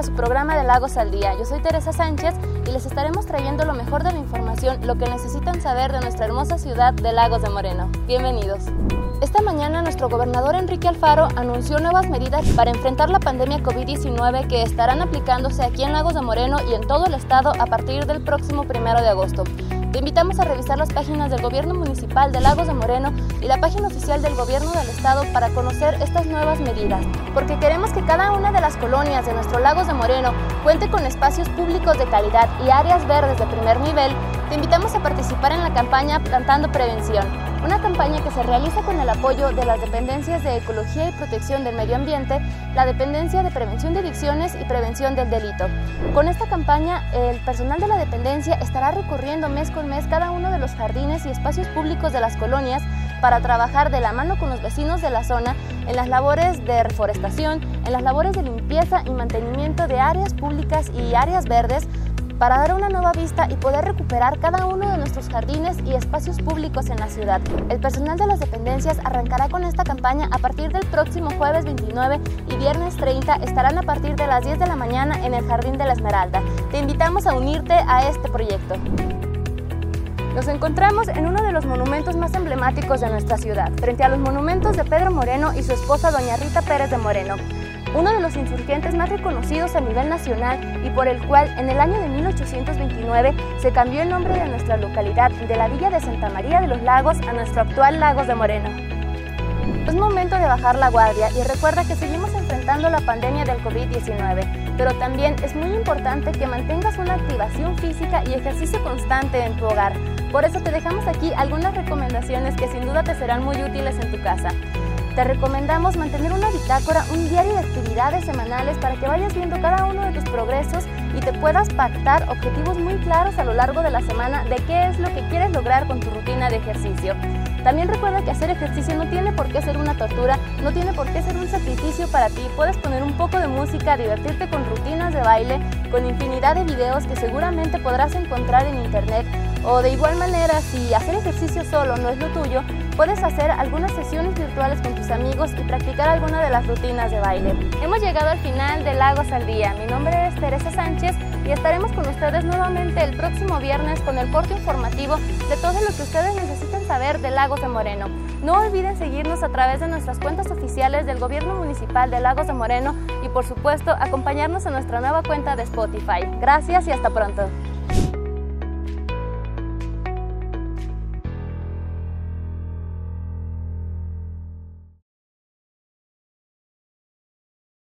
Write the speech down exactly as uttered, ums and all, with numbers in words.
su programa de Lagos al Día. Yo soy Teresa Sánchez y les estaremos trayendo lo mejor de la información, lo que necesitan saber de nuestra hermosa ciudad de Lagos de Moreno. Bienvenidos. Esta mañana nuestro gobernador Enrique Alfaro anunció nuevas medidas para enfrentar la pandemia COVID diecinueve que estarán aplicándose aquí en Lagos de Moreno y en todo el estado a partir del próximo primero de agosto. Te invitamos a revisar las páginas del Gobierno Municipal de Lagos de Moreno y la página oficial del Gobierno del Estado para conocer estas nuevas medidas, porque queremos que cada una de las colonias de nuestro Lagos de Moreno cuente con espacios públicos de calidad y áreas verdes de primer nivel. Te invitamos a participar en la campaña Plantando Prevención, una campaña que se realiza con el apoyo de las dependencias de Ecología y Protección del Medio Ambiente, la Dependencia de Prevención de Adicciones y Prevención del Delito. Con esta campaña, el personal de la dependencia estará recorriendo mes con mes cada uno de los jardines y espacios públicos de las colonias para trabajar de la mano con los vecinos de la zona en las labores de reforestación, en las labores de limpieza y mantenimiento de áreas públicas y áreas verdes, para dar una nueva vista y poder recuperar cada uno de nuestros jardines y espacios públicos en la ciudad. El personal de las dependencias arrancará con esta campaña a partir del próximo jueves veintinueve y viernes treinta estarán a partir de las diez de la mañana en el Jardín de la Esmeralda. Te invitamos a unirte a este proyecto. Nos encontramos en uno de los monumentos más emblemáticos de nuestra ciudad, frente a los monumentos de Pedro Moreno y su esposa doña Rita Pérez de Moreno, uno de los insurgentes más reconocidos a nivel nacional y por el cual en el año de mil ochocientos veintinueve se cambió el nombre de nuestra localidad de la villa de Santa María de los Lagos a nuestro actual Lagos de Moreno. Es momento de bajar la guardia y recuerda que seguimos enfrentando la pandemia del COVID diecinueve, pero también es muy importante que mantengas una activación física y ejercicio constante en tu hogar. Por eso te dejamos aquí algunas recomendaciones que sin duda te serán muy útiles en tu casa. Te recomendamos mantener una bitácora, un diario de actividades semanales para que vayas viendo cada uno de tus progresos y te puedas pactar objetivos muy claros a lo largo de la semana de qué es lo que quieres lograr con tu rutina de ejercicio. También recuerda que hacer ejercicio no tiene por qué ser una tortura, no tiene por qué ser un sacrificio para ti. Puedes poner un poco de música, divertirte con rutinas de baile, con infinidad de videos que seguramente podrás encontrar en internet. O de igual manera, si hacer ejercicio solo no es lo tuyo, puedes hacer algunas sesiones virtuales con tus amigos y practicar alguna de las rutinas de baile. Hemos llegado al final de Lagos al Día. Mi nombre es Teresa Sánchez y estaremos con ustedes nuevamente el próximo viernes con el corte informativo de todo lo que ustedes necesitan saber de Lagos de Moreno. No olviden seguirnos a través de nuestras cuentas oficiales del Gobierno Municipal de Lagos de Moreno y por supuesto acompañarnos en nuestra nueva cuenta de Spotify. Gracias y hasta pronto.